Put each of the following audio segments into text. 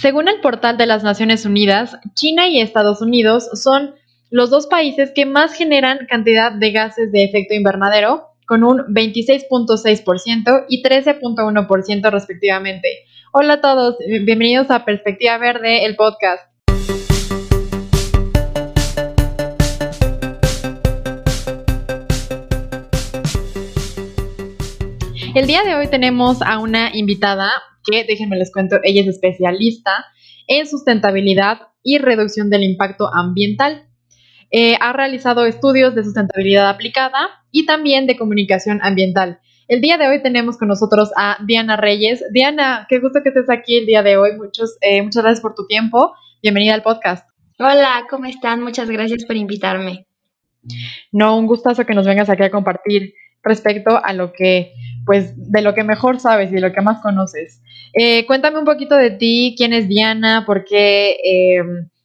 Según el portal de las Naciones Unidas, China y Estados Unidos son los dos países que más generan cantidad de gases de efecto invernadero, con un 26.6% y 13.1% respectivamente. Hola a todos, bienvenidos a Perspectiva Verde, el podcast. El día de hoy tenemos a una invitada que, déjenme les cuento, ella es especialista en sustentabilidad y reducción del impacto ambiental. Ha realizado estudios de sustentabilidad aplicada y también de comunicación ambiental. El día de hoy tenemos con nosotros a Diana Reyes. Diana, qué gusto que estés aquí el día de hoy. Muchas gracias por tu tiempo. Bienvenida al podcast. Hola, ¿cómo están? Muchas gracias por invitarme. No, un gustazo que nos vengas aquí a compartir respecto a lo que, pues, de lo que mejor sabes y de lo que más conoces. Cuéntame un poquito de ti, quién es Diana, por qué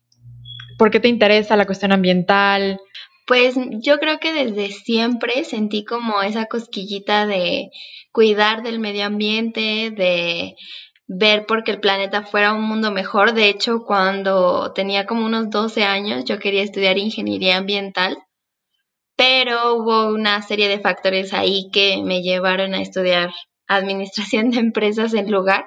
te interesa la cuestión ambiental. Pues yo creo que desde siempre sentí como esa cosquillita de cuidar del medio ambiente, de ver porque el planeta fuera un mundo mejor. De hecho, cuando tenía como unos 12 años, yo quería estudiar ingeniería ambiental, pero hubo una serie de factores ahí que me llevaron a estudiar administración de empresas en lugar,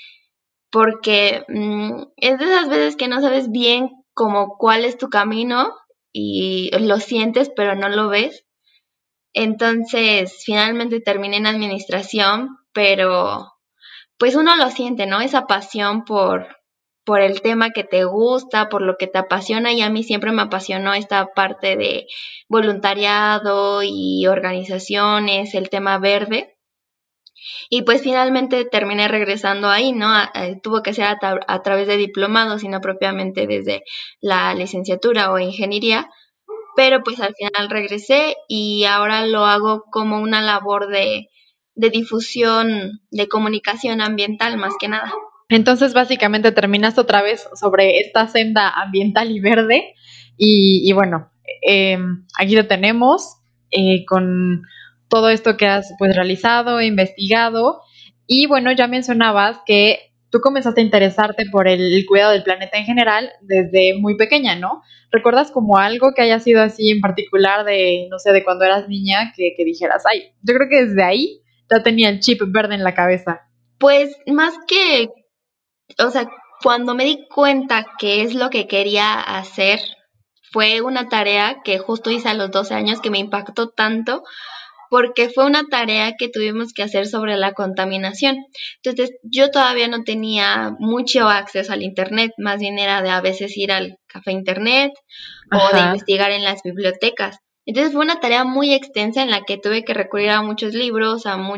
porque es de esas veces que no sabes bien como cuál es tu camino y lo sientes pero no lo ves. Entonces, finalmente terminé en administración, pero pues uno lo siente, ¿no? Esa pasión por el tema que te gusta, por lo que te apasiona, y a mí siempre me apasionó esta parte de voluntariado y organizaciones, el tema verde. Y pues finalmente terminé regresando ahí, ¿no? Tuvo que ser a través de diplomados y no propiamente desde la licenciatura o ingeniería, pero pues al final regresé y ahora lo hago como una labor de difusión, de comunicación ambiental más que nada. Entonces, básicamente terminaste otra vez sobre esta senda ambiental y verde. Y bueno, aquí lo tenemos con todo esto que has pues realizado, investigado. Y bueno, ya mencionabas que tú comenzaste a interesarte por el cuidado del planeta en general desde muy pequeña, ¿no? ¿Recuerdas como algo que haya sido así en particular de, no sé, de cuando eras niña que dijeras, ay, yo creo que desde ahí ya tenía el chip verde en la cabeza? Pues más que, o sea, cuando me di cuenta que es lo que quería hacer, fue una tarea que justo hice a los 12 años que me impactó tanto porque fue una tarea que tuvimos que hacer sobre la contaminación. Entonces, yo todavía no tenía mucho acceso al internet, más bien era de a veces ir al café internet o de investigar en las bibliotecas. Entonces fue una tarea muy extensa en la que tuve que recurrir a muchos libros, a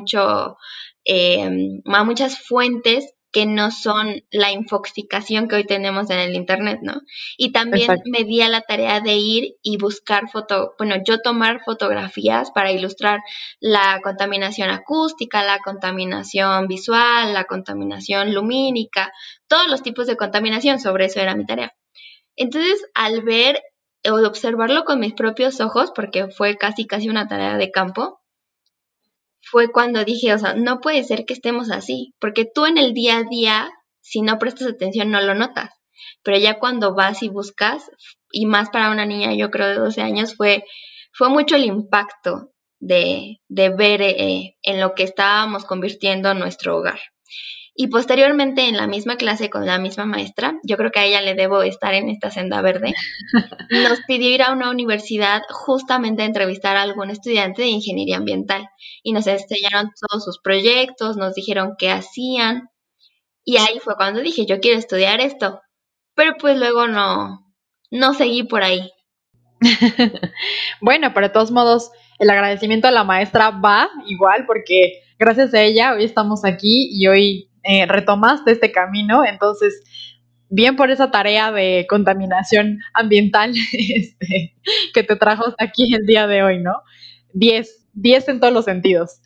muchas fuentes que no son la infoxicación que hoy tenemos en el internet, ¿no? Y también Exacto. me di a la tarea de ir y buscar yo tomar fotografías para ilustrar la contaminación acústica, la contaminación visual, la contaminación lumínica, todos los tipos de contaminación, sobre eso era mi tarea. Entonces, al ver o observarlo con mis propios ojos, porque fue casi una tarea de campo, fue cuando dije, o sea, no puede ser que estemos así, porque tú en el día a día, si no prestas atención, no lo notas, pero ya cuando vas y buscas, y más para una niña, yo creo de 12 años, fue mucho el impacto de ver en lo que estábamos convirtiendo nuestro hogar. Y posteriormente en la misma clase con la misma maestra, yo creo que a ella le debo estar en esta senda verde, nos pidió ir a una universidad justamente a entrevistar a algún estudiante de ingeniería ambiental y nos enseñaron todos sus proyectos, nos dijeron qué hacían y ahí fue cuando dije, yo quiero estudiar esto, pero pues luego no seguí por ahí. Bueno, pero de todos modos, el agradecimiento a la maestra va igual porque gracias a ella hoy estamos aquí y hoy retomaste este camino, entonces bien por esa tarea de contaminación ambiental que te trajo hasta aquí el día de hoy, ¿no? 10 en todos los sentidos.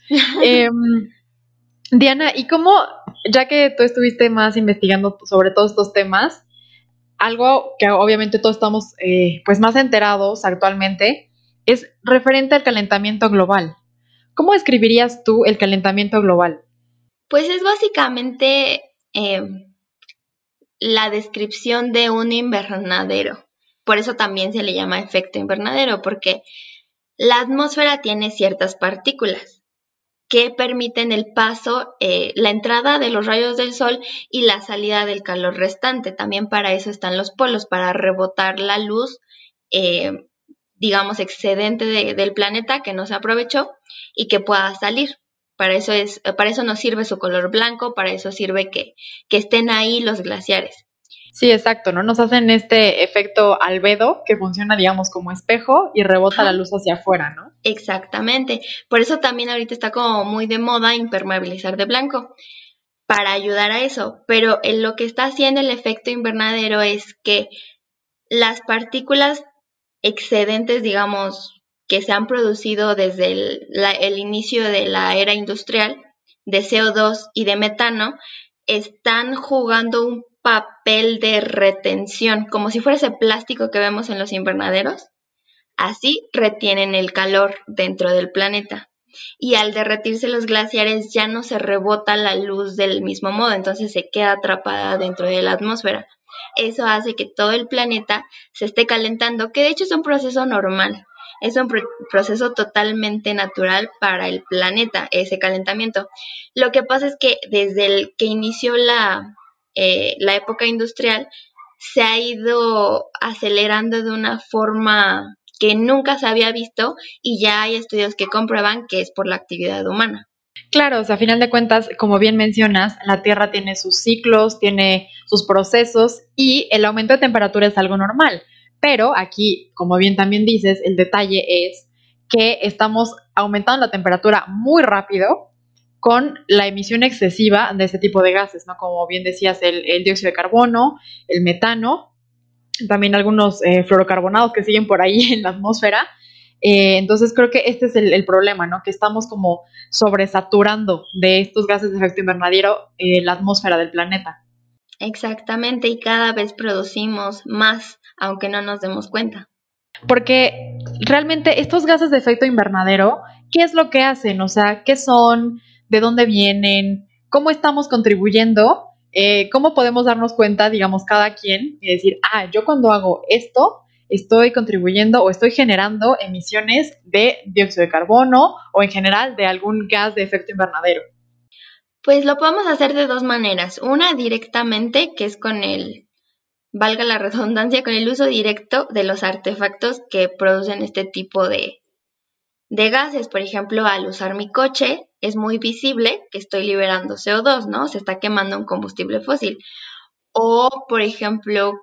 Diana, ¿y cómo, ya que tú estuviste más investigando sobre todos estos temas, algo que obviamente todos estamos pues más enterados actualmente, es referente al calentamiento global? ¿Cómo describirías tú el calentamiento global? Pues es básicamente la descripción de un invernadero. Por eso también se le llama efecto invernadero, porque la atmósfera tiene ciertas partículas que permiten el paso, la entrada de los rayos del sol y la salida del calor restante. También para eso están los polos, para rebotar la luz, digamos, excedente del planeta que no se aprovechó y que pueda salir. Para eso nos sirve su color blanco, para eso sirve que estén ahí los glaciares. Sí, exacto, ¿no? Nos hacen este efecto albedo que funciona, digamos, como espejo y rebota la luz hacia afuera, ¿no? Exactamente. Por eso también ahorita está como muy de moda impermeabilizar de blanco, para ayudar a eso. Pero lo que está haciendo el efecto invernadero es que las partículas excedentes, digamos, que se han producido desde el inicio de la era industrial, de CO2 y de metano, están jugando un papel de retención, como si fuera ese plástico que vemos en los invernaderos. Así retienen el calor dentro del planeta. Y al derretirse los glaciares ya no se rebota la luz del mismo modo, entonces se queda atrapada dentro de la atmósfera. Eso hace que todo el planeta se esté calentando, que de hecho es un proceso normal. Es un proceso totalmente natural para el planeta, ese calentamiento. Lo que pasa es que desde el que inició la época industrial, se ha ido acelerando de una forma que nunca se había visto, y ya hay estudios que comprueban que es por la actividad humana. Claro, o sea, a final de cuentas, como bien mencionas, la Tierra tiene sus ciclos, tiene sus procesos y el aumento de temperatura es algo normal. Pero aquí, como bien también dices, el detalle es que estamos aumentando la temperatura muy rápido con la emisión excesiva de este tipo de gases, ¿no? Como bien decías, el dióxido de carbono, el metano, también algunos fluorocarbonados que siguen por ahí en la atmósfera. Entonces creo que este es el problema, ¿no? Que estamos como sobresaturando de estos gases de efecto invernadero la atmósfera del planeta. Exactamente, y cada vez producimos más, aunque no nos demos cuenta. Porque realmente estos gases de efecto invernadero, ¿qué es lo que hacen? O sea, ¿qué son? ¿De dónde vienen? ¿Cómo estamos contribuyendo? ¿Cómo podemos darnos cuenta, digamos, cada quien y decir, yo cuando hago esto, estoy contribuyendo o estoy generando emisiones de dióxido de carbono o en general de algún gas de efecto invernadero? Pues lo podemos hacer de dos maneras. Una directamente, que es valga la redundancia, con el uso directo de los artefactos que producen este tipo de gases. Por ejemplo, al usar mi coche, es muy visible que estoy liberando CO2, ¿no? Se está quemando un combustible fósil. O, por ejemplo,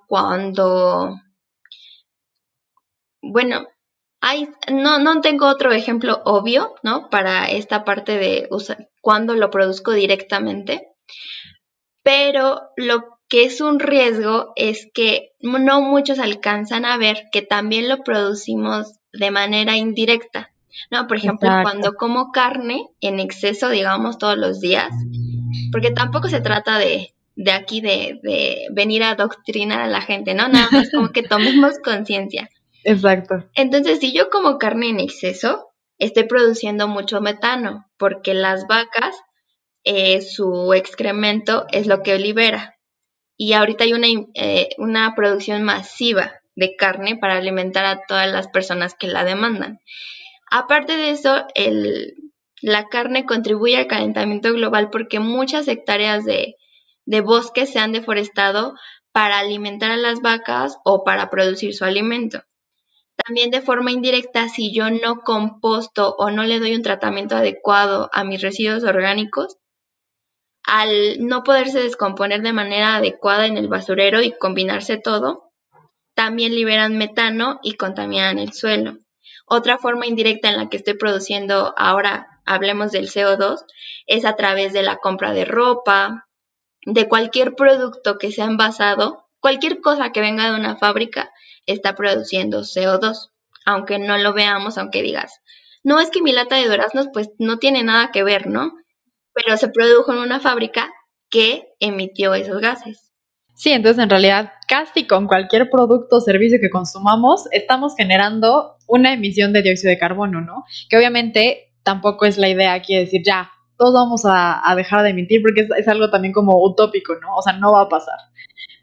bueno, no tengo otro ejemplo obvio, ¿no? Para esta parte de cuando lo produzco directamente, pero lo que es un riesgo es que no muchos alcanzan a ver que también lo producimos de manera indirecta, ¿no? Por ejemplo, Exacto. cuando como carne en exceso, digamos, todos los días, porque tampoco se trata de aquí de venir a adoctrinar a la gente, ¿no? Nada más como que tomemos conciencia. Exacto. Entonces, si yo como carne en exceso, estoy produciendo mucho metano, porque las vacas, su excremento es lo que libera. Y ahorita hay una producción masiva de carne para alimentar a todas las personas que la demandan. Aparte de eso, la carne contribuye al calentamiento global porque muchas hectáreas de bosques se han deforestado para alimentar a las vacas o para producir su alimento. También de forma indirecta, si yo no composto o no le doy un tratamiento adecuado a mis residuos orgánicos, al no poderse descomponer de manera adecuada en el basurero y combinarse todo, también liberan metano y contaminan el suelo. Otra forma indirecta en la que estoy produciendo, ahora hablemos del CO2, es a través de la compra de ropa, de cualquier producto que sea envasado, cualquier cosa que venga de una fábrica está produciendo CO2, aunque no lo veamos, aunque digas, no, es que mi lata de duraznos pues no tiene nada que ver, ¿no? Pero se produjo en una fábrica que emitió esos gases. Sí, entonces en realidad casi con cualquier producto o servicio que consumamos estamos generando una emisión de dióxido de carbono, ¿no? Que obviamente tampoco es la idea aquí de decir ya, todos vamos a dejar de emitir porque es algo también como utópico, ¿no? O sea, no va a pasar.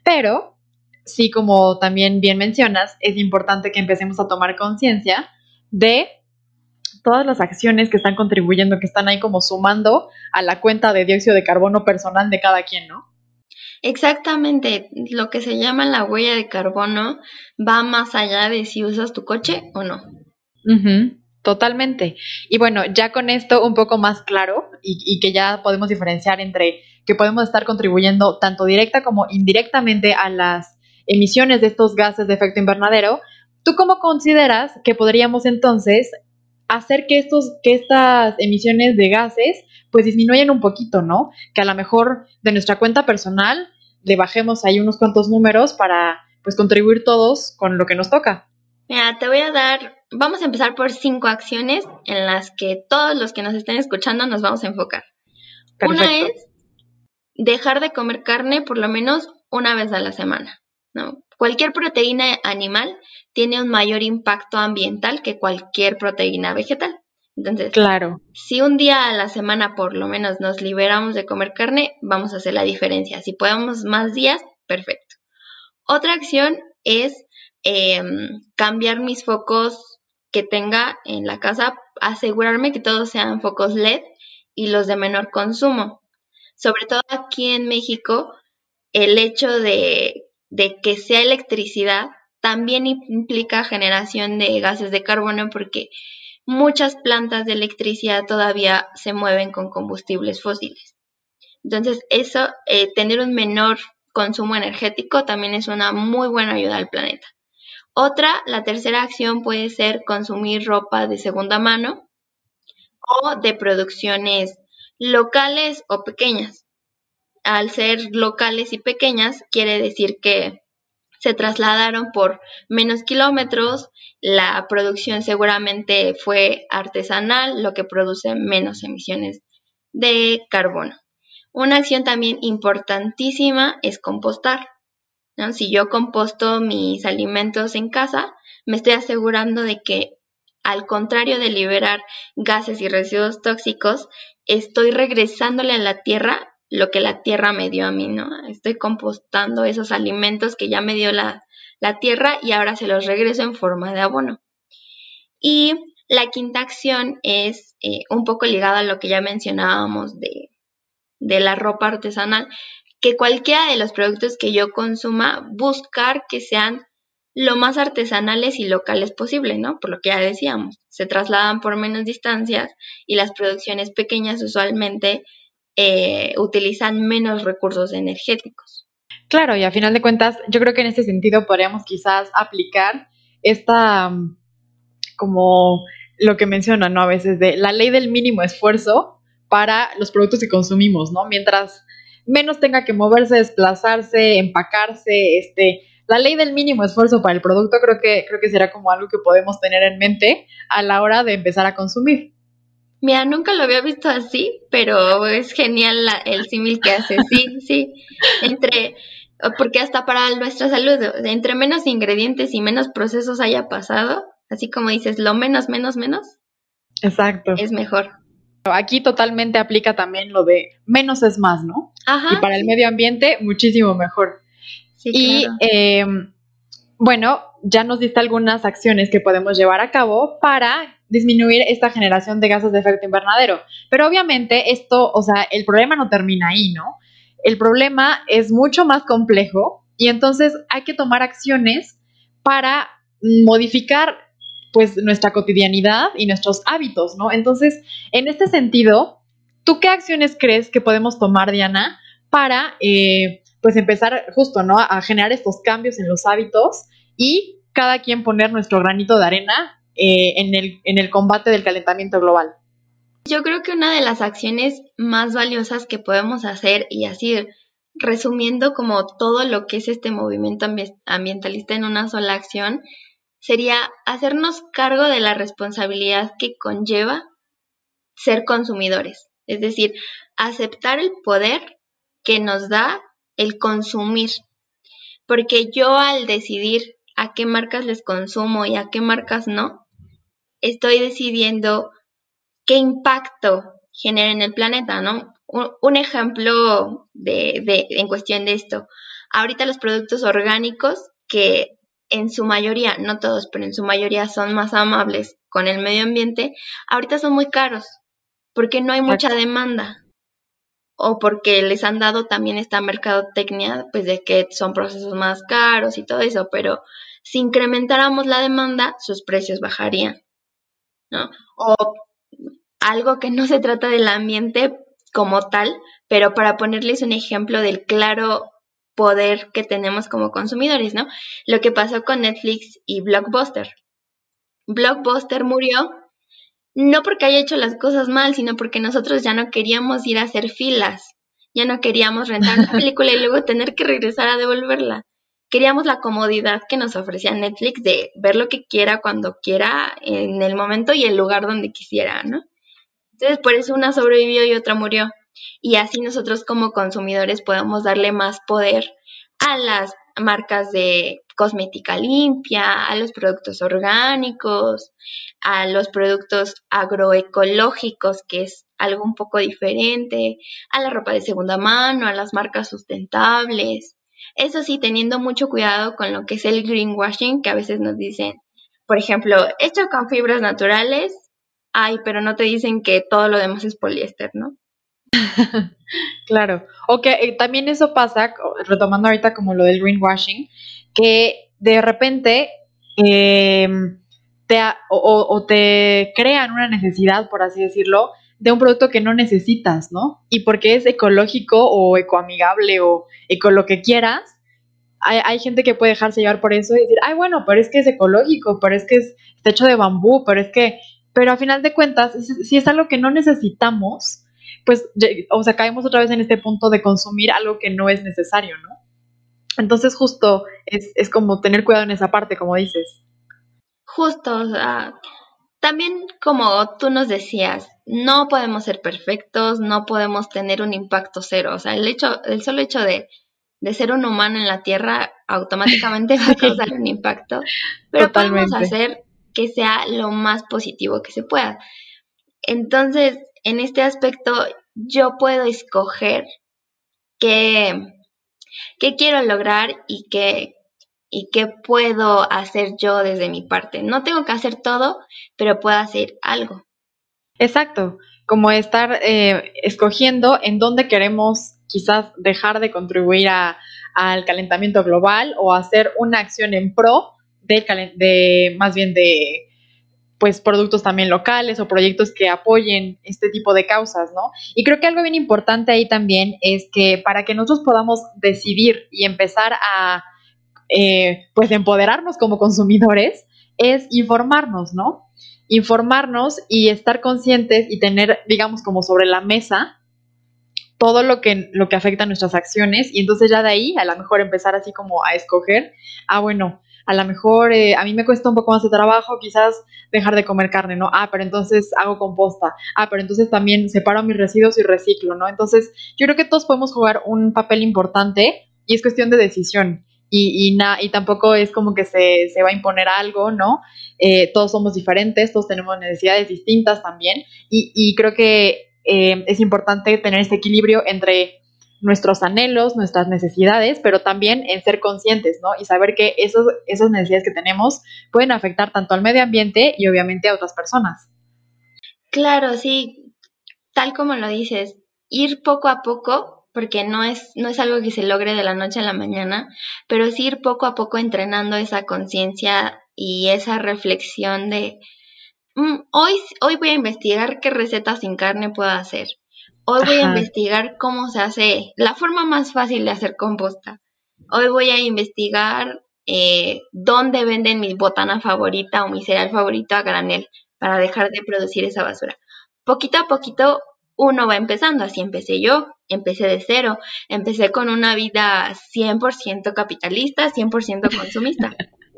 Pero sí, como también bien mencionas, es importante que empecemos a tomar conciencia de todas las acciones que están contribuyendo, que están ahí como sumando a la cuenta de dióxido de carbono personal de cada quien, ¿no? Exactamente, lo que se llama la huella de carbono va más allá de si usas tu coche o no. Totalmente. Y bueno, ya con esto un poco más claro y que ya podemos diferenciar entre que podemos estar contribuyendo tanto directa como indirectamente a las emisiones de estos gases de efecto invernadero, ¿tú cómo consideras que podríamos entonces hacer que estas emisiones de gases pues disminuyan un poquito, ¿no? Que a lo mejor de nuestra cuenta personal le bajemos ahí unos cuantos números para pues contribuir todos con lo que nos toca. Mira, vamos a empezar por 5 acciones en las que todos los que nos estén escuchando nos vamos a enfocar. Perfecto. Una es dejar de comer carne por lo menos una vez a la semana, ¿no? Cualquier proteína animal tiene un mayor impacto ambiental que cualquier proteína vegetal. Entonces, claro, si un día a la semana por lo menos nos liberamos de comer carne, vamos a hacer la diferencia. Si podemos más días, perfecto. Otra acción es cambiar mis focos que tenga en la casa, asegurarme que todos sean focos LED y los de menor consumo. Sobre todo aquí en México, el hecho de que sea electricidad también implica generación de gases de carbono porque muchas plantas de electricidad todavía se mueven con combustibles fósiles. Entonces, eso, tener un menor consumo energético también es una muy buena ayuda al planeta. La tercera acción puede ser consumir ropa de segunda mano o de producciones locales o pequeñas. Al ser locales y pequeñas, quiere decir que se trasladaron por menos kilómetros, la producción seguramente fue artesanal, lo que produce menos emisiones de carbono. Una acción también importantísima es compostar, ¿no? Si yo composto mis alimentos en casa, me estoy asegurando de que, al contrario de liberar gases y residuos tóxicos, estoy regresándole a la tierra lo que la tierra me dio a mí, ¿no? Estoy compostando esos alimentos que ya me dio la tierra y ahora se los regreso en forma de abono. Y la quinta acción es un poco ligada a lo que ya mencionábamos de la ropa artesanal, que cualquiera de los productos que yo consuma, buscar que sean lo más artesanales y locales posible, ¿no? Por lo que ya decíamos, se trasladan por menos distancias y las producciones pequeñas usualmente utilizan menos recursos energéticos. Claro, y a final de cuentas, yo creo que en este sentido podríamos quizás aplicar esta, como lo que mencionan, ¿no? A veces de la ley del mínimo esfuerzo para los productos que consumimos, ¿no? Mientras menos tenga que moverse, desplazarse, empacarse, la ley del mínimo esfuerzo para el producto creo que será como algo que podemos tener en mente a la hora de empezar a consumir. Mira, nunca lo había visto así, pero es genial el símil que hace. Sí, sí. Porque hasta para nuestra salud, entre menos ingredientes y menos procesos haya pasado, así como dices, lo menos, menos, menos, Exacto. es mejor. Aquí totalmente aplica también lo de menos es más, ¿no? Ajá. Y para el medio ambiente, muchísimo mejor. Sí, y claro. Bueno, ya nos diste algunas acciones que podemos llevar a cabo para disminuir esta generación de gases de efecto invernadero. Pero obviamente esto, o sea, el problema no termina ahí, ¿no? El problema es mucho más complejo y entonces hay que tomar acciones para modificar pues nuestra cotidianidad y nuestros hábitos, ¿no? Entonces, en este sentido, ¿tú qué acciones crees que podemos tomar, Diana, para pues empezar justo, ¿no? A generar estos cambios en los hábitos y cada quien poner nuestro granito de arena en el combate del calentamiento global? Yo creo que una de las acciones más valiosas que podemos hacer, y así resumiendo como todo lo que es este movimiento ambientalista en una sola acción, sería hacernos cargo de la responsabilidad que conlleva ser consumidores. Es decir, aceptar el poder que nos da el consumir. Porque yo, al decidir a qué marcas les consumo y a qué marcas no, estoy decidiendo qué impacto genera en el planeta, ¿no? Un ejemplo en cuestión de esto. Ahorita los productos orgánicos, que en su mayoría, no todos, pero en su mayoría son más amables con el medio ambiente, ahorita son muy caros porque no hay mucha Exacto. demanda o porque les han dado también esta mercadotecnia, pues de que son procesos más caros y todo eso, pero si incrementáramos la demanda, sus precios bajarían, ¿no? O algo que no se trata del ambiente como tal, pero para ponerles un ejemplo del claro poder que tenemos como consumidores, ¿no? Lo que pasó con Netflix y Blockbuster. Blockbuster murió no porque haya hecho las cosas mal, sino porque nosotros ya no queríamos ir a hacer filas, ya no queríamos rentar una película y luego tener que regresar a devolverla. Queríamos la comodidad que nos ofrecía Netflix de ver lo que quiera, cuando quiera, en el momento y el lugar donde quisiera, ¿no? Entonces, por eso una sobrevivió y otra murió. Y así nosotros como consumidores podemos darle más poder a las marcas de cosmética limpia, a los productos orgánicos, a los productos agroecológicos, que es algo un poco diferente, a la ropa de segunda mano, a las marcas sustentables. Eso sí, teniendo mucho cuidado con lo que es el greenwashing, que a veces nos dicen, por ejemplo, hecho con fibras naturales, ay, pero no te dicen que todo lo demás es poliéster, ¿no? Claro. O que también eso pasa, retomando ahorita como lo del greenwashing, que de repente eh, o te crean una necesidad, por así decirlo, de un producto que no necesitas, ¿no? Y porque es ecológico o ecoamigable o eco lo que quieras, hay gente que puede dejarse llevar por eso y decir, ay, bueno, pero es que es ecológico, pero es que está hecho de bambú, pero a final de cuentas, si es algo que no necesitamos, pues, o sea, caemos otra vez en este punto de consumir algo que no es necesario, ¿no? Entonces, justo es como tener cuidado en esa parte, como dices. Justo, o sea, también como tú nos decías, no podemos ser perfectos, no podemos tener un impacto cero. O sea, el solo hecho de ser un humano en la Tierra automáticamente va a causar Sí, un impacto, pero podemos totalmente. hacer que sea lo más positivo que se pueda. Entonces, en este aspecto, yo puedo escoger qué, qué quiero lograr y qué puedo hacer yo desde mi parte. No tengo que hacer todo, pero puedo hacer algo. Exacto, como estar escogiendo en dónde queremos quizás dejar de contribuir al calentamiento global o hacer una acción en pro de más bien de pues productos también locales o proyectos que apoyen este tipo de causas, ¿no? Y creo que algo bien importante ahí también es que para que nosotros podamos decidir y empezar a pues empoderarnos como consumidores es informarnos, ¿no? Informarnos y estar conscientes y tener, digamos, como sobre la mesa todo lo que afecta a nuestras acciones y entonces ya de ahí a lo mejor empezar así como a escoger, bueno, a lo mejor a mí me cuesta un poco más de trabajo quizás dejar de comer carne, ¿no? Pero entonces hago composta, pero entonces también separo mis residuos y reciclo, ¿no? Entonces yo creo que todos podemos jugar un papel importante y es cuestión de decisión. Y tampoco es como que se va a imponer algo, ¿no? Todos somos diferentes, todos tenemos necesidades distintas también y creo que es importante tener este equilibrio entre nuestros anhelos, nuestras necesidades, pero también en ser conscientes, ¿no? Y saber que esas necesidades que tenemos pueden afectar tanto al medio ambiente y obviamente a otras personas. Claro, sí, tal como lo dices, ir poco a poco, porque no es algo que se logre de la noche a la mañana, pero sí ir poco a poco entrenando esa conciencia y esa reflexión de hoy voy a investigar qué recetas sin carne puedo hacer. Hoy voy a Ajá, investigar cómo se hace la forma más fácil de hacer composta. Hoy voy a investigar dónde venden mi botana favorita o mi cereal favorito a granel para dejar de producir esa basura. Poquito a poquito uno va empezando, así empecé yo, empecé de cero, empecé con una vida 100% capitalista, 100% consumista.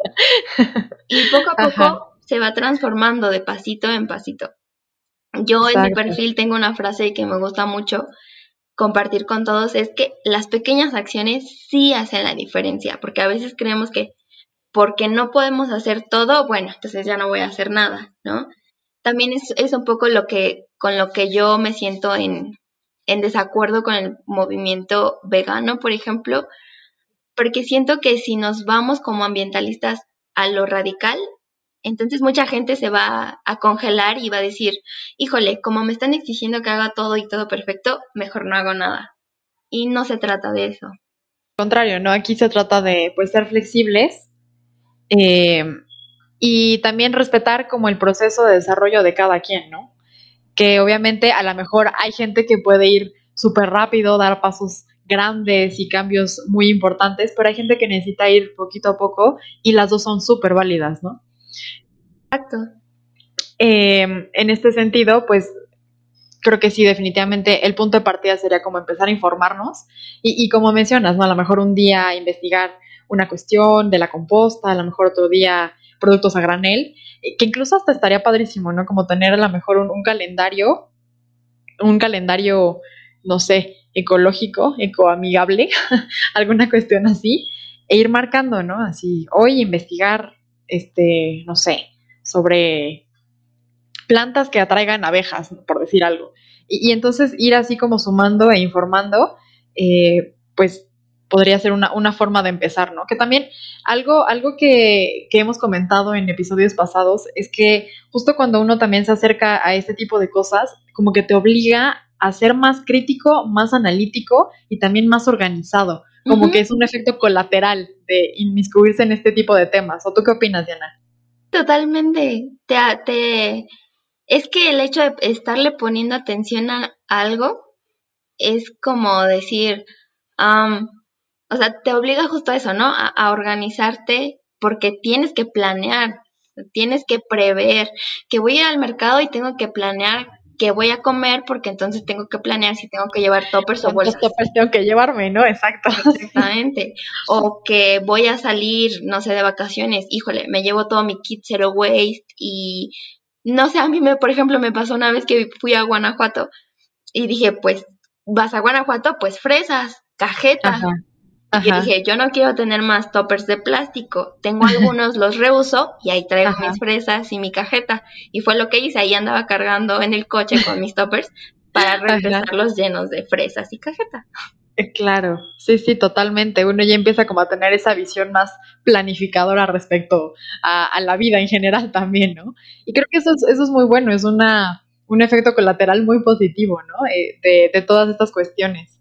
Y poco a ajá, poco se va transformando de pasito en pasito. Yo en mi exacto. perfil tengo una frase que me gusta mucho compartir con todos, es que las pequeñas acciones sí hacen la diferencia, porque a veces creemos que porque no podemos hacer todo, bueno, entonces ya no voy a hacer nada, ¿no? También es un poco con lo que yo me siento en desacuerdo con el movimiento vegano, por ejemplo, porque siento que si nos vamos como ambientalistas a lo radical, entonces mucha gente se va a congelar y va a decir, híjole, como me están exigiendo que haga todo y todo perfecto, mejor no hago nada. Y no se trata de eso. Al contrario, ¿no? Aquí se trata de pues ser flexibles eh, y también respetar como el proceso de desarrollo de cada quien, ¿no? Que obviamente a lo mejor hay gente que puede ir súper rápido, dar pasos grandes y cambios muy importantes, pero hay gente que necesita ir poquito a poco y las dos son súper válidas, ¿no? Exacto. En este sentido, pues creo que sí, definitivamente el punto de partida sería como empezar a informarnos y como mencionas, ¿no? A lo mejor un día investigar una cuestión de la composta, a lo mejor otro día productos a granel, que incluso hasta estaría padrísimo, ¿no? Como tener a lo mejor un calendario, no sé, ecológico, ecoamigable, alguna cuestión así, e ir marcando, ¿no? Así, hoy investigar, no sé, sobre plantas que atraigan abejas, por decir algo. Y entonces ir así como sumando e informando, pues podría ser una forma de empezar, ¿no? Que también algo que hemos comentado en episodios pasados es que justo cuando uno también se acerca a este tipo de cosas, como que te obliga a ser más crítico, más analítico y también más organizado. Como que es un efecto colateral de inmiscuirse en este tipo de temas. ¿O tú qué opinas, Diana? Totalmente. Es que el hecho de estarle poniendo atención a algo es como decir, o sea, te obliga justo a eso, ¿no? A organizarte porque tienes que planear, tienes que prever que voy a ir al mercado y tengo que planear qué voy a comer porque entonces tengo que planear si tengo que llevar toppers o ¿Cuántos bolsas. toppers tengo que llevarme, no? Exacto. Exactamente. O que voy a salir, no sé, de vacaciones, híjole, me llevo todo mi kit zero waste y no sé, a mí por ejemplo, me pasó una vez que fui a Guanajuato y dije, pues, vas a Guanajuato, pues fresas, cajeta. Ajá, Y yo ajá, dije, yo no quiero tener más toppers de plástico. Tengo algunos, los reuso y ahí traigo ajá. mis fresas y mi cajeta. Y fue lo que hice, ahí andaba cargando en el coche con mis toppers para Ajá, regresarlos llenos de fresas y cajeta. claro, sí, sí, totalmente. Uno ya empieza como a tener esa visión más planificadora respecto a la vida en general también, ¿no? Y creo que eso es muy bueno, es un efecto colateral muy positivo, ¿no? De todas estas cuestiones.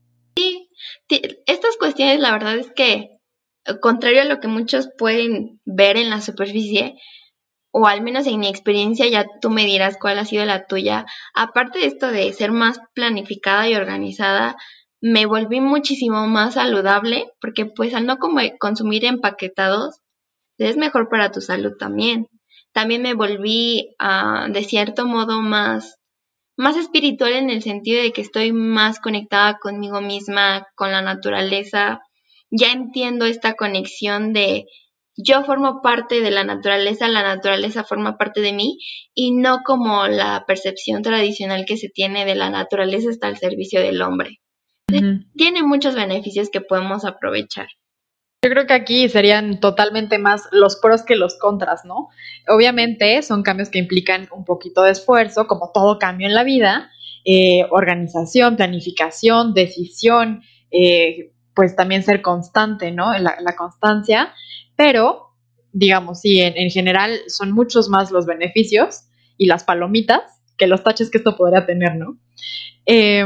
Estas cuestiones, la verdad es que, contrario a lo que muchos pueden ver en la superficie, o al menos en mi experiencia, ya tú me dirás cuál ha sido la tuya. Aparte de esto de ser más planificada y organizada, me volví muchísimo más saludable porque pues al no consumir empaquetados, es mejor para tu salud también. También me volví de cierto modo más espiritual en el sentido de que estoy más conectada conmigo misma, con la naturaleza. Ya entiendo esta conexión de yo formo parte de la naturaleza forma parte de mí y no como la percepción tradicional que se tiene de la naturaleza está al servicio del hombre. Ujú. Tiene muchos beneficios que podemos aprovechar. Yo creo que aquí serían totalmente más los pros que los contras, ¿no? Obviamente son cambios que implican un poquito de esfuerzo, como todo cambio en la vida, organización, planificación, decisión, pues también ser constante, ¿no? La constancia, pero digamos, sí, en general son muchos más los beneficios y las palomitas que los taches que esto podría tener, ¿no? Eh,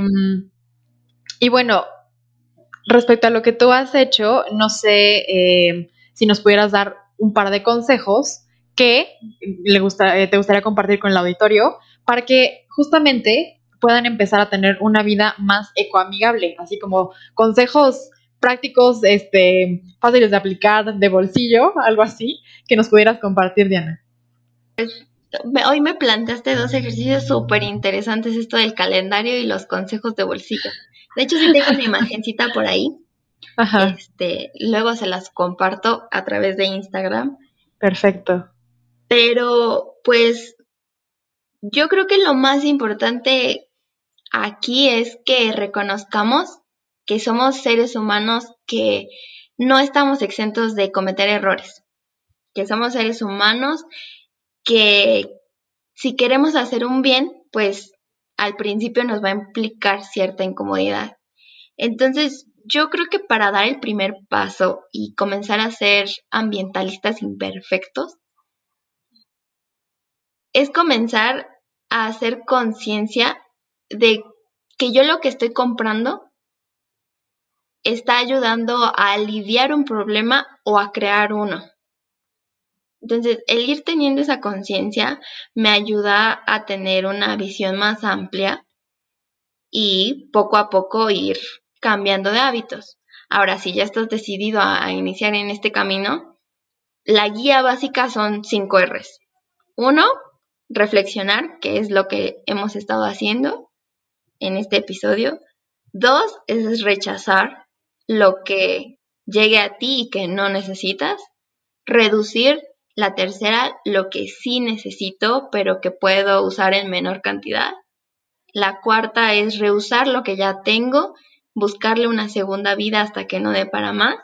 y bueno, respecto a lo que tú has hecho, no sé si nos pudieras dar un par de consejos que te gustaría compartir con el auditorio para que justamente puedan empezar a tener una vida más ecoamigable, así como consejos prácticos, fáciles de aplicar, de bolsillo, algo así, que nos pudieras compartir, Diana. Hoy me planteaste dos ejercicios súper interesantes, esto del calendario y los consejos de bolsillo. De hecho, sí tengo una imagencita por ahí. Ajá, Luego se las comparto a través de Instagram. perfecto. Pero, pues, yo creo que lo más importante aquí es que reconozcamos que somos seres humanos que no estamos exentos de cometer errores, que somos seres humanos que si queremos hacer un bien, pues al principio nos va a implicar cierta incomodidad. Entonces, Yo creo que para dar el primer paso y comenzar a ser ambientalistas imperfectos, es comenzar a hacer conciencia de que yo lo que estoy comprando está ayudando a aliviar un problema o a crear uno. Entonces, el ir teniendo esa conciencia me ayuda a tener una visión más amplia y poco a poco ir cambiando de hábitos. Ahora, si ya estás decidido a iniciar en este camino, la guía básica son 5 Rs. 1, reflexionar, que es lo que hemos estado haciendo en este episodio. 2, es rechazar lo que llegue a ti y que no necesitas. Reducir. La tercera, lo que sí necesito, pero que puedo usar en menor cantidad. La cuarta es reusar lo que ya tengo, buscarle una segunda vida hasta que no dé para más.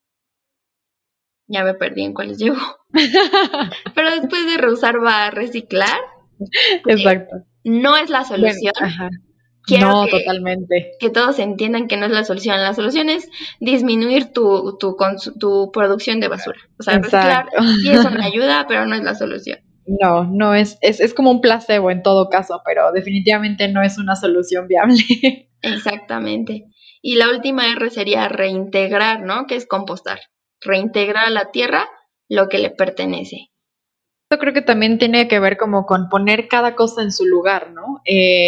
Ya me perdí en cuáles llevo. Pero después de reusar va a reciclar. Exacto. No es la solución. Bueno, ajá. Quiero No, totalmente. que todos entiendan que no es la solución. La solución es disminuir tu producción de basura. O sea, reciclar Exacto. sí es una ayuda, pero no es la solución. No, no es como un placebo en todo caso, pero definitivamente no es una solución viable. Exactamente. Y la última R sería reintegrar, ¿no? Que es compostar. Reintegrar a la tierra lo que le pertenece. Yo creo que también tiene que ver como con poner cada cosa en su lugar, ¿no?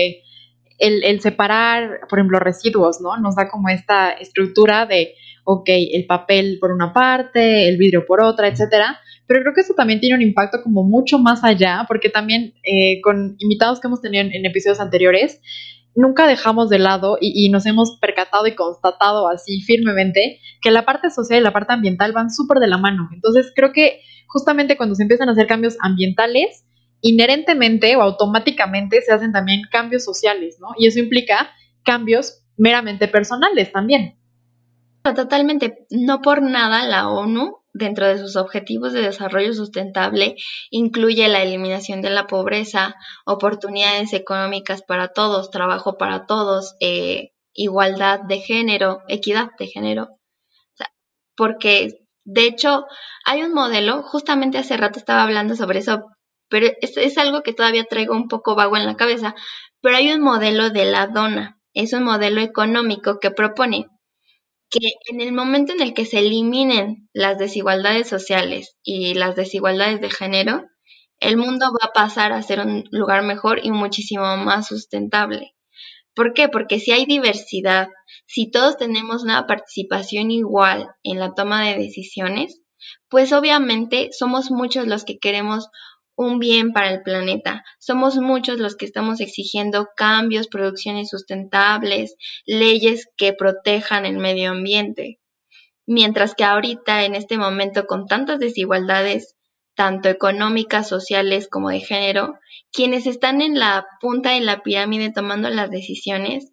El separar, por ejemplo, residuos, ¿no? Nos da como esta estructura de, ok, el papel por una parte, el vidrio por otra, etcétera. Pero creo que eso también tiene un impacto como mucho más allá, porque también con invitados que hemos tenido en episodios anteriores, nunca dejamos de lado y nos hemos percatado y constatado así firmemente que la parte social y la parte ambiental van súper de la mano. Entonces creo que justamente cuando se empiezan a hacer cambios ambientales, inherentemente o automáticamente se hacen también cambios sociales, ¿no? Y eso implica cambios meramente personales también. Totalmente, no por nada la ONU, dentro de sus objetivos de desarrollo sustentable, incluye la eliminación de la pobreza, oportunidades económicas para todos, trabajo para todos, igualdad de género, equidad de género. O sea, porque, de hecho, hay un modelo, justamente hace rato estaba hablando sobre eso, pero es algo que todavía traigo un poco vago en la cabeza, pero hay un modelo de la dona, es un modelo económico que propone que en el momento en el que se eliminen las desigualdades sociales y las desigualdades de género, el mundo va a pasar a ser un lugar mejor y muchísimo más sustentable. ¿Por qué? Porque si hay diversidad, si todos tenemos una participación igual en la toma de decisiones, pues obviamente somos muchos los que queremos un bien para el planeta. Somos muchos los que estamos exigiendo cambios, producciones sustentables, leyes que protejan el medio ambiente. Mientras que ahorita, en este momento, con tantas desigualdades, tanto económicas, sociales como de género, quienes están en la punta de la pirámide tomando las decisiones,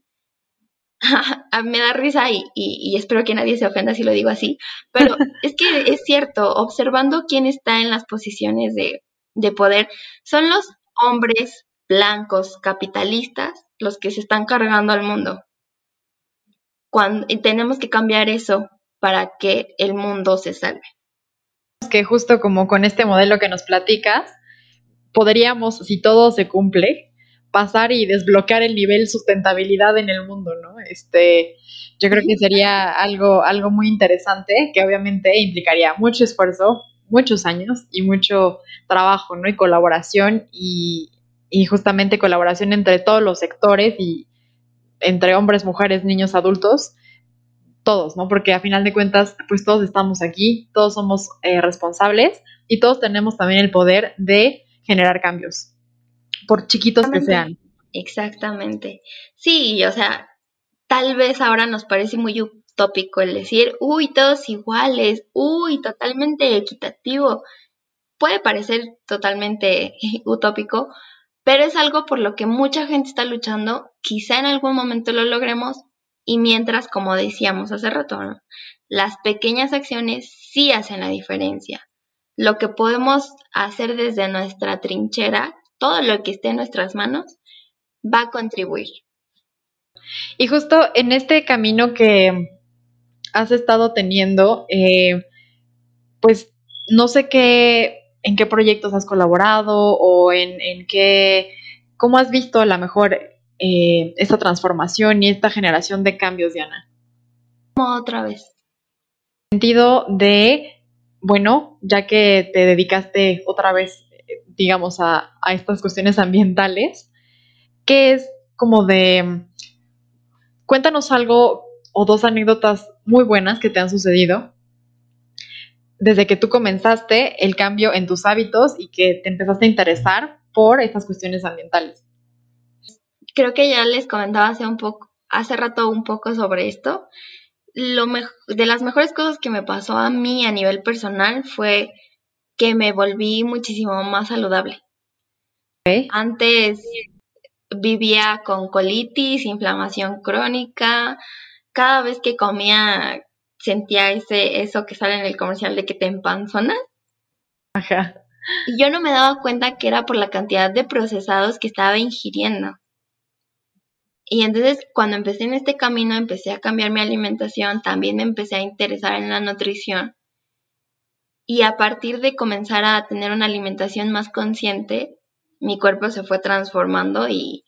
me da risa y espero que nadie se ofenda si lo digo así, pero es que es cierto, observando quién está en las posiciones de poder, son los hombres blancos capitalistas los que se están cargando al mundo. Y tenemos que cambiar eso para que el mundo se salve. Que justo como con este modelo que nos platicas, podríamos, si todo se cumple, pasar y desbloquear el nivel sustentabilidad en el mundo, ¿no? Yo creo que sería algo muy interesante, que obviamente implicaría mucho esfuerzo, muchos años y mucho trabajo, ¿no? Y colaboración y justamente colaboración entre todos los sectores y entre hombres, mujeres, niños, adultos, todos, ¿no? Porque a final de cuentas, pues todos estamos aquí, todos somos responsables y todos tenemos también el poder de generar cambios, por chiquitos que sean. Exactamente. Sí, o sea, tal vez ahora nos parece muy utópico el decir, uy, todos iguales, uy, totalmente equitativo. Puede parecer totalmente utópico, pero es algo por lo que mucha gente está luchando. Quizá en algún momento lo logremos y mientras, como decíamos hace rato, ¿no? Las pequeñas acciones sí hacen la diferencia. Lo que podemos hacer desde nuestra trinchera, todo lo que esté en nuestras manos, va a contribuir. Y justo en este camino que has estado teniendo, pues no sé en qué proyectos has colaborado o en qué, cómo has visto a lo mejor esta transformación y esta generación de cambios, Diana. Como otra vez. En el sentido de, bueno, ya que te dedicaste otra vez, digamos, a estas cuestiones ambientales, ¿qué es como de, cuéntanos algo o dos anécdotas muy buenas que te han sucedido desde que tú comenzaste el cambio en tus hábitos y que te empezaste a interesar por estas cuestiones ambientales? Creo que ya les comentaba hace rato un poco sobre esto. De las mejores cosas que me pasó a mí a nivel personal fue que me volví muchísimo más saludable. Okay. Antes vivía con colitis, inflamación crónica. Cada vez que comía sentía eso que sale en el comercial de que te empanzonas. Ajá. Y yo no me daba cuenta que era por la cantidad de procesados que estaba ingiriendo. Y entonces cuando empecé en este camino, empecé a cambiar mi alimentación, también me empecé a interesar en la nutrición. Y a partir de comenzar a tener una alimentación más consciente, mi cuerpo se fue transformando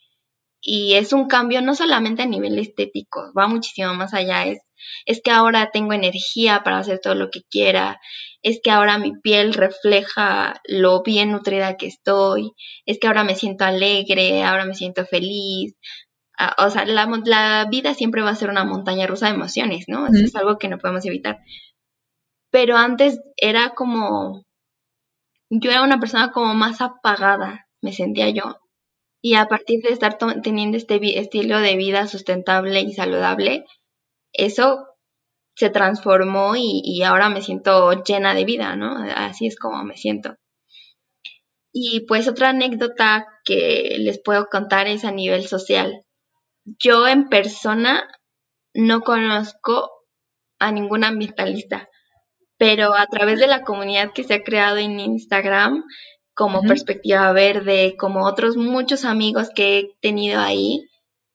y es un cambio no solamente a nivel estético, va muchísimo más allá. Es que ahora tengo energía para hacer todo lo que quiera, es que ahora mi piel refleja lo bien nutrida que estoy, es que ahora me siento alegre, ahora me siento feliz. O sea, la vida siempre va a ser una montaña rusa de emociones, ¿no? Eso es algo que no podemos evitar. Pero antes era como, yo era una persona como más apagada, me sentía yo. Y a partir de estar teniendo este estilo de vida sustentable y saludable, eso se transformó y ahora me siento llena de vida, ¿no? Así es como me siento. Y pues otra anécdota que les puedo contar es a nivel social. Yo en persona no conozco a ningún ambientalista, pero a través de la comunidad que se ha creado en Instagram, como Perspectiva Verde, como otros muchos amigos que he tenido ahí,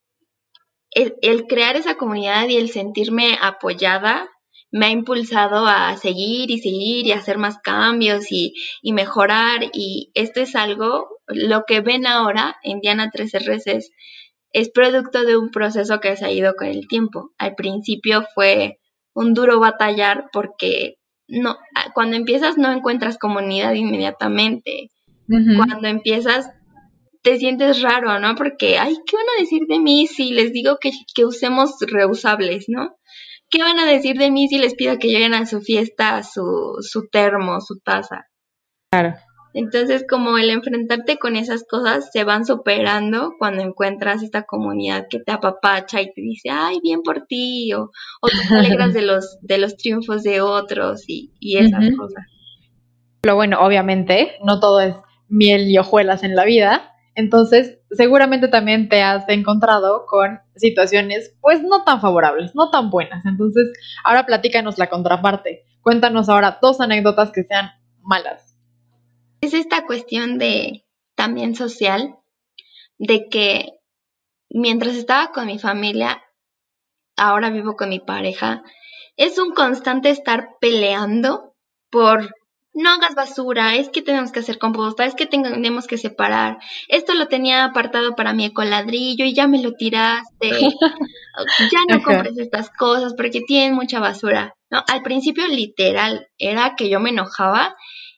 el crear esa comunidad y el sentirme apoyada me ha impulsado a seguir y hacer más cambios y mejorar. Y esto es algo, lo que ven ahora en Diana 3R es producto de un proceso que se ha ido con el tiempo. Al principio fue un duro batallar porque no, cuando empiezas no encuentras comunidad inmediatamente. Cuando empiezas te sientes raro, ¿no? Porque, ay, ¿qué van a decir de mí si les digo que usemos reusables, ¿no? ¿Qué van a decir de mí si les pido que lleguen a su fiesta su termo, su taza? Claro. Entonces, como el enfrentarte con esas cosas se van superando cuando encuentras esta comunidad que te apapacha y te dice, ay, bien por ti, o tú te alegras de los triunfos de otros y esas cosas. Pero bueno, obviamente, no todo es miel y hojuelas en la vida. Entonces, seguramente también te has encontrado con situaciones, pues, no tan favorables, no tan buenas. Entonces, ahora platícanos la contraparte. Cuéntanos ahora dos anécdotas que sean malas. Es esta cuestión de también social, de que mientras estaba con mi familia, ahora vivo con mi pareja, es un constante estar peleando por no hagas basura, es que tenemos que hacer composta, es que tenemos que separar, esto lo tenía apartado para mi ecoladrillo y ya me lo tiraste, ya no compres estas cosas porque tienen mucha basura. No, al principio literal era que yo me enojaba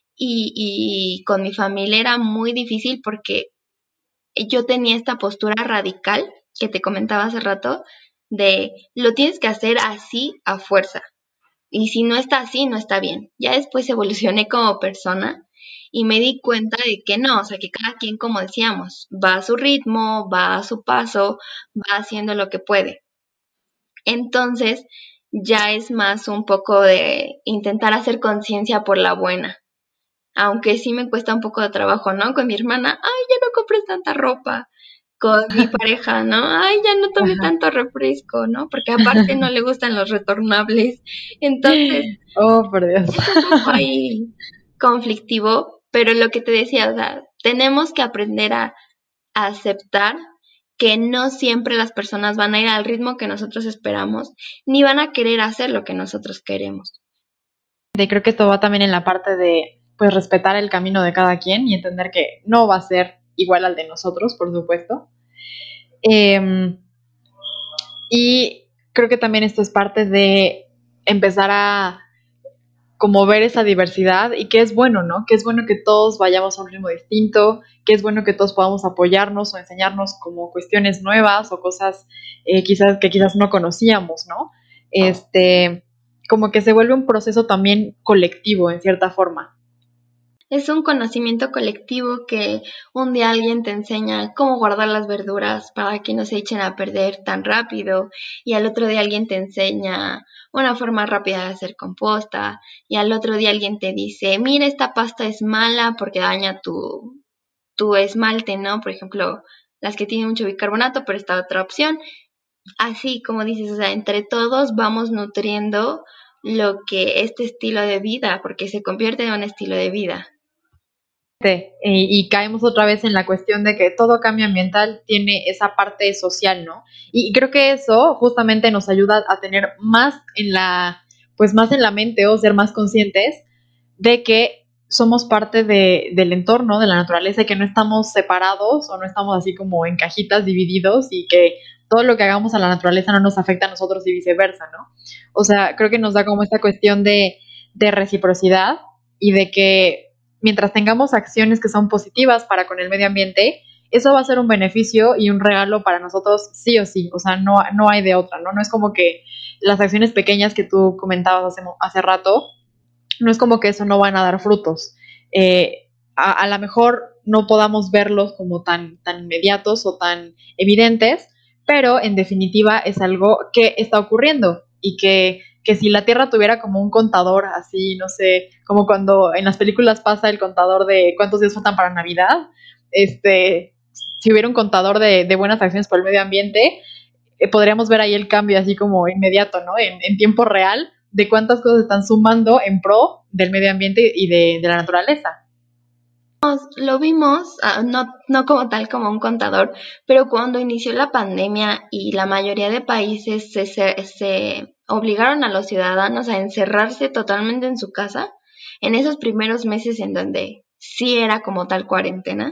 y con mi familia era muy difícil porque yo tenía esta postura radical que te comentaba hace rato de lo tienes que hacer así a fuerza. Y si no está así, no está bien. Ya después evolucioné como persona y me di cuenta de que no, o sea, que cada quien, como decíamos, va a su ritmo, va a su paso, va haciendo lo que puede. Entonces, ya es más un poco de intentar hacer conciencia por la buena. Aunque sí me cuesta un poco de trabajo, ¿no? Con mi hermana, ay, ya no compres tanta ropa. Con mi pareja, ¿no? Ay, ya no tome tanto refresco, ¿no? Porque aparte no le gustan los retornables. Entonces, oh, por Dios. es un poco ahí conflictivo, pero lo que te decía, o sea, tenemos que aprender a aceptar que no siempre las personas van a ir al ritmo que nosotros esperamos, ni van a querer hacer lo que nosotros queremos. Creo que esto va también en la parte de pues respetar el camino de cada quien y entender que no va a ser igual al de nosotros, por supuesto. Y creo que también esto es parte de empezar a como ver esa diversidad y que es bueno, ¿no? Que es bueno que todos vayamos a un ritmo distinto, que es bueno que todos podamos apoyarnos o enseñarnos como cuestiones nuevas o cosas quizás no conocíamos, ¿no? Como que se vuelve un proceso también colectivo en cierta forma. Es un conocimiento colectivo que un día alguien te enseña cómo guardar las verduras para que no se echen a perder tan rápido y al otro día alguien te enseña una forma rápida de hacer composta y al otro día alguien te dice, mira, esta pasta es mala porque daña tu esmalte, ¿no? Por ejemplo, las que tienen mucho bicarbonato, pero esta otra opción. Así como dices, o sea, entre todos vamos nutriendo lo que este estilo de vida, porque se convierte en un estilo de vida. Y caemos otra vez en la cuestión de que todo cambio ambiental tiene esa parte social, ¿no? Y creo que eso justamente nos ayuda a tener más más en la mente o ser más conscientes de que somos parte del entorno, de la naturaleza y que no estamos separados o no estamos así como en cajitas divididos y que todo lo que hagamos a la naturaleza no nos afecta a nosotros y viceversa, ¿no? O sea, creo que nos da como esta cuestión de reciprocidad y de que mientras tengamos acciones que son positivas para con el medio ambiente, eso va a ser un beneficio y un regalo para nosotros sí o sí, o sea, no hay de otra, ¿no? No es como que las acciones pequeñas que tú comentabas hace rato, no es como que eso no van a dar frutos. A lo mejor no podamos verlos como tan inmediatos o tan evidentes, pero en definitiva es algo que está ocurriendo y que si la Tierra tuviera como un contador así, no sé, como cuando en las películas pasa el contador de cuántos días faltan para Navidad, si hubiera un contador de buenas acciones por el medio ambiente, podríamos ver ahí el cambio así como inmediato, ¿no? En tiempo real de cuántas cosas están sumando en pro del medio ambiente y de la naturaleza. Lo vimos, no como tal como un contador, pero cuando inició la pandemia y la mayoría de países se obligaron a los ciudadanos a encerrarse totalmente en su casa, en esos primeros meses en donde sí era como tal cuarentena,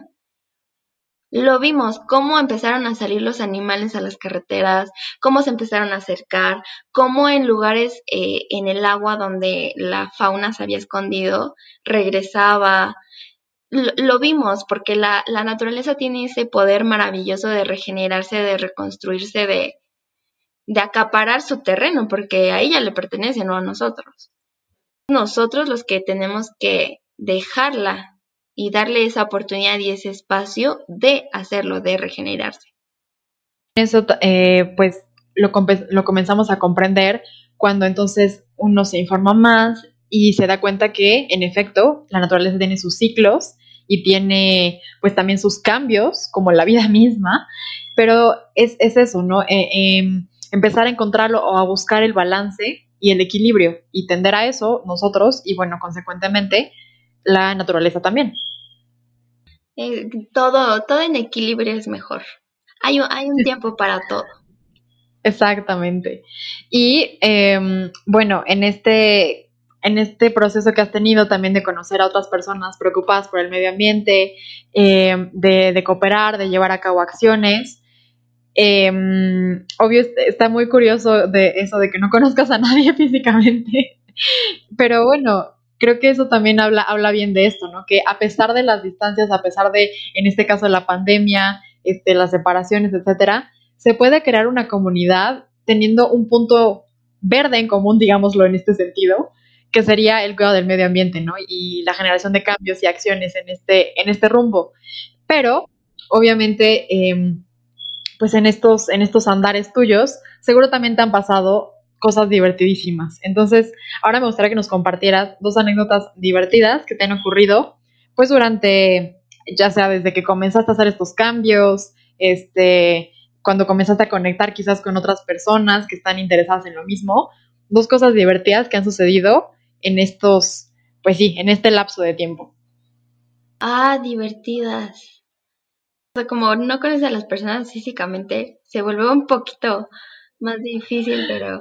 lo vimos, cómo empezaron a salir los animales a las carreteras, cómo se empezaron a acercar, cómo en lugares en el agua donde la fauna se había escondido, regresaba. Lo vimos porque la naturaleza tiene ese poder maravilloso de regenerarse, de reconstruirse, de acaparar su terreno, porque a ella le pertenece, no a nosotros. Nosotros los que tenemos que dejarla y darle esa oportunidad y ese espacio de hacerlo, de regenerarse. Eso pues lo comenzamos a comprender cuando entonces uno se informa más y se da cuenta que en efecto la naturaleza tiene sus ciclos y tiene pues también sus cambios como la vida misma, pero es eso, ¿no? Empezar a encontrarlo o a buscar el balance y el equilibrio y tender a eso nosotros y bueno, consecuentemente la naturaleza también. Todo en equilibrio es mejor. Hay un tiempo para todo. Exactamente. Y bueno, en este proceso que has tenido también de conocer a otras personas preocupadas por el medio ambiente, de cooperar, de llevar a cabo acciones, obvio está muy curioso de eso de que no conozcas a nadie físicamente, pero bueno, creo que eso también habla bien de esto, ¿no? Que a pesar de las distancias, a pesar de, en este caso, la pandemia, las separaciones, etcétera, se puede crear una comunidad teniendo un punto verde en común, digámoslo en este sentido, que sería el cuidado del medio ambiente, ¿no? Y la generación de cambios y acciones en este rumbo. Pero, obviamente, pues en estos andares tuyos, seguro también te han pasado cosas divertidísimas. Entonces, ahora me gustaría que nos compartieras 2 anécdotas divertidas que te han ocurrido, pues durante, ya sea desde que comenzaste a hacer estos cambios, cuando comenzaste a conectar quizás con otras personas que están interesadas en lo mismo, 2 cosas divertidas que han sucedido en estos, pues sí, en este lapso de tiempo. Divertidas. O sea, como no conoces a las personas físicamente, se vuelve un poquito más difícil, pero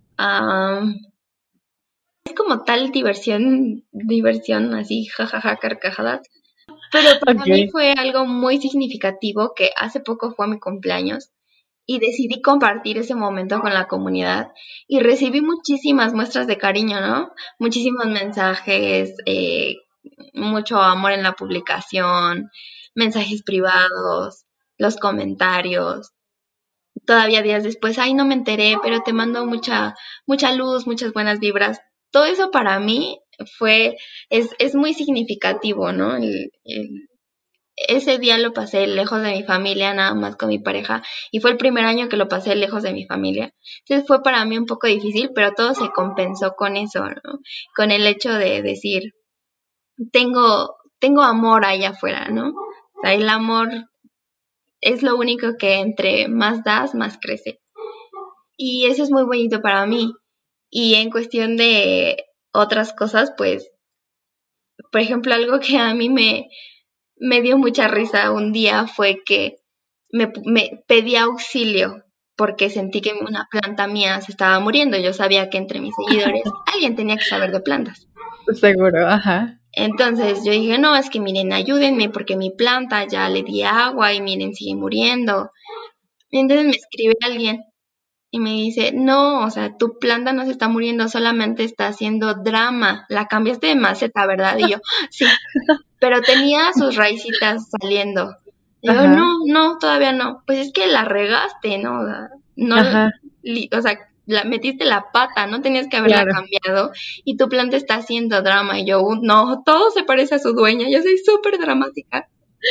es como tal diversión así, jajaja, carcajadas. Pero para mí Ok. fue algo muy significativo que hace poco fue mi cumpleaños y decidí compartir ese momento con la comunidad y recibí muchísimas muestras de cariño, ¿no? Muchísimos mensajes, mucho amor en la publicación, mensajes privados, los comentarios. Todavía días después, ay, no me enteré, pero te mando mucha luz, muchas buenas vibras. Todo eso para mí es muy significativo, ¿no? Ese día lo pasé lejos de mi familia, nada más con mi pareja, y fue el primer año que lo pasé lejos de mi familia. Entonces fue para mí un poco difícil, pero todo se compensó con eso, ¿no? Con el hecho de decir, tengo amor allá afuera, ¿no? O sea, el amor es lo único que entre más das, más crece. Y eso es muy bonito para mí. Y en cuestión de otras cosas, pues, por ejemplo, algo que a mí me dio mucha risa un día fue que me pedí auxilio porque sentí que una planta mía se estaba muriendo. Yo sabía que entre mis seguidores alguien tenía que saber de plantas. Seguro, ajá. Entonces yo dije, no, es que miren, ayúdenme porque mi planta ya le di agua y miren, sigue muriendo. Y entonces me escribe alguien y me dice, no, o sea, tu planta no se está muriendo, solamente está haciendo drama. La cambiaste de maceta, ¿verdad? Y yo, sí, pero tenía sus raicitas saliendo. Digo, Ajá, no, todavía no. Pues es que la regaste, ¿no? O sea, no, ajá, o sea, la metiste la pata, no tenías que haberla claro. cambiado y tu planta está haciendo drama. Y yo, no, todo se parece a su dueña, yo soy súper dramática.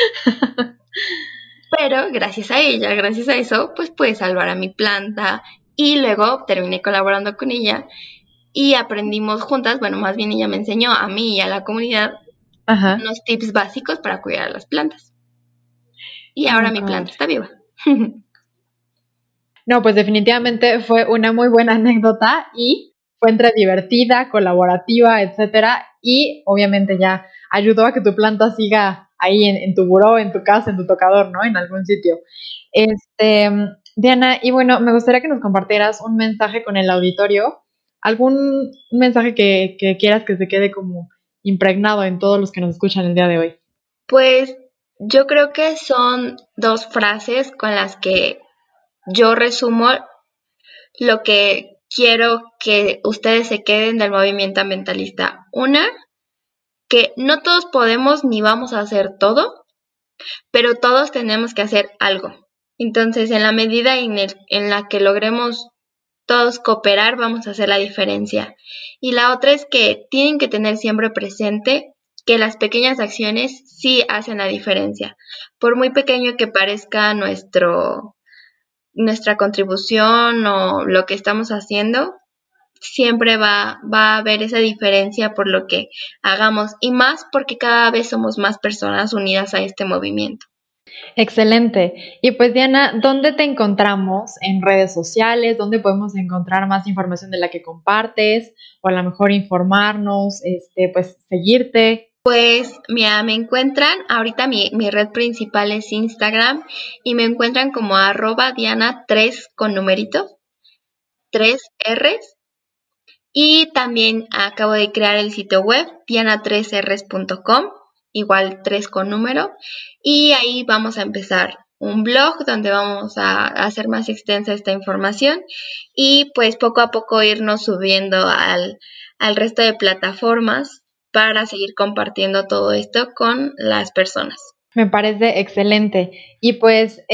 Pero gracias a ella, gracias a eso, pues pude salvar a mi planta y luego terminé colaborando con ella y aprendimos juntas, bueno, más bien ella me enseñó a mí y a la comunidad Ajá. unos tips básicos para cuidar las plantas. Y Oh, ahora mi God. planta está viva. No, pues definitivamente fue una muy buena anécdota y fue entre divertida, colaborativa, etcétera, y obviamente ya ayudó a que tu planta siga ahí en tu buró, en tu casa, en tu tocador, ¿no? En algún sitio. Este, Diana, y bueno, me gustaría que nos compartieras un mensaje con el auditorio, algún mensaje que quieras que se quede como impregnado en todos los que nos escuchan el día de hoy. Pues yo creo que son dos frases con las que yo resumo lo que quiero que ustedes se queden del movimiento ambientalista. Una, que no todos podemos ni vamos a hacer todo, pero todos tenemos que hacer algo. Entonces, en la medida en la que logremos todos cooperar, vamos a hacer la diferencia. Y la otra es que tienen que tener siempre presente que las pequeñas acciones sí hacen la diferencia. Por muy pequeño que parezca nuestra contribución o lo que estamos haciendo, siempre va a haber esa diferencia por lo que hagamos y más porque cada vez somos más personas unidas a este movimiento. Excelente. Y pues Diana, ¿dónde te encontramos en redes sociales? ¿Dónde podemos encontrar más información de la que compartes? O a lo mejor informarnos, pues seguirte. Pues mira, me encuentran, ahorita mi red principal es Instagram y me encuentran como @Diana3 con numerito, 3 R's. Y también acabo de crear el sitio web, diana3rs.com, igual 3 con número. Y ahí vamos a empezar un blog donde vamos a hacer más extensa esta información y pues poco a poco irnos subiendo al resto de plataformas para seguir compartiendo todo esto con las personas. Me parece excelente. Y pues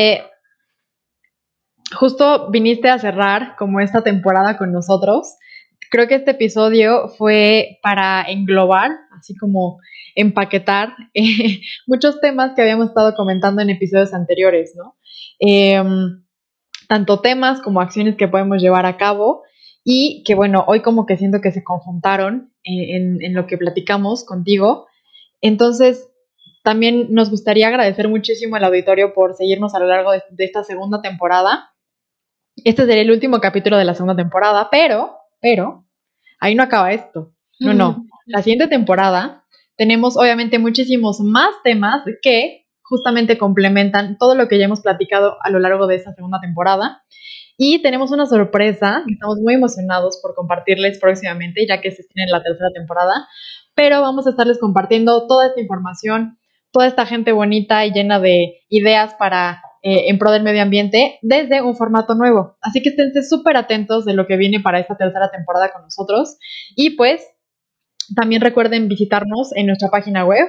justo viniste a cerrar como esta temporada con nosotros. Creo que este episodio fue para englobar, así como empaquetar muchos temas que habíamos estado comentando en episodios anteriores, ¿no? Eh, Tanto temas como acciones que podemos llevar a cabo y que bueno, hoy como que siento que se conjuntaron en lo que platicamos contigo. Entonces, también nos gustaría agradecer muchísimo al auditorio por seguirnos a lo largo de esta segunda temporada. Este sería el último capítulo de la segunda temporada, pero, ahí no acaba esto. No. La siguiente temporada tenemos obviamente muchísimos más temas que justamente complementan todo lo que ya hemos platicado a lo largo de esta segunda temporada. Y tenemos una sorpresa que estamos muy emocionados por compartirles próximamente, ya que se estrena la tercera temporada, pero vamos a estarles compartiendo toda esta información, toda esta gente bonita y llena de ideas para en pro del medio ambiente desde un formato nuevo. Así que estén súper atentos de lo que viene para esta tercera temporada con nosotros. Y pues también recuerden visitarnos en nuestra página web,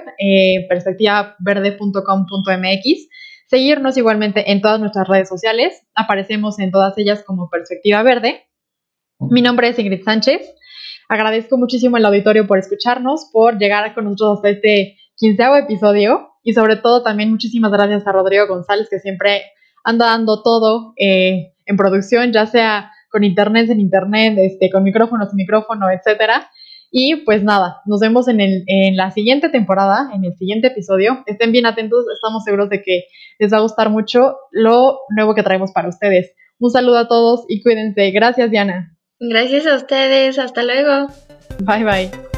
perspectivaverde.com.mx, seguirnos igualmente en todas nuestras redes sociales, aparecemos en todas ellas como Perspectiva Verde. Mi nombre es Ingrid Sánchez, agradezco muchísimo al auditorio por escucharnos, por llegar con nosotros hasta este 15º episodio y sobre todo también muchísimas gracias a Rodrigo González, que siempre anda dando todo en producción, ya sea con internet, sin internet, con micrófono, sin micrófono, etcétera. Y pues nada, nos vemos en la siguiente temporada, en el siguiente episodio. Estén bien atentos, estamos seguros de que les va a gustar mucho lo nuevo que traemos para ustedes. Un saludo a todos y cuídense. Gracias, Diana. Gracias a ustedes, hasta luego. Bye, bye.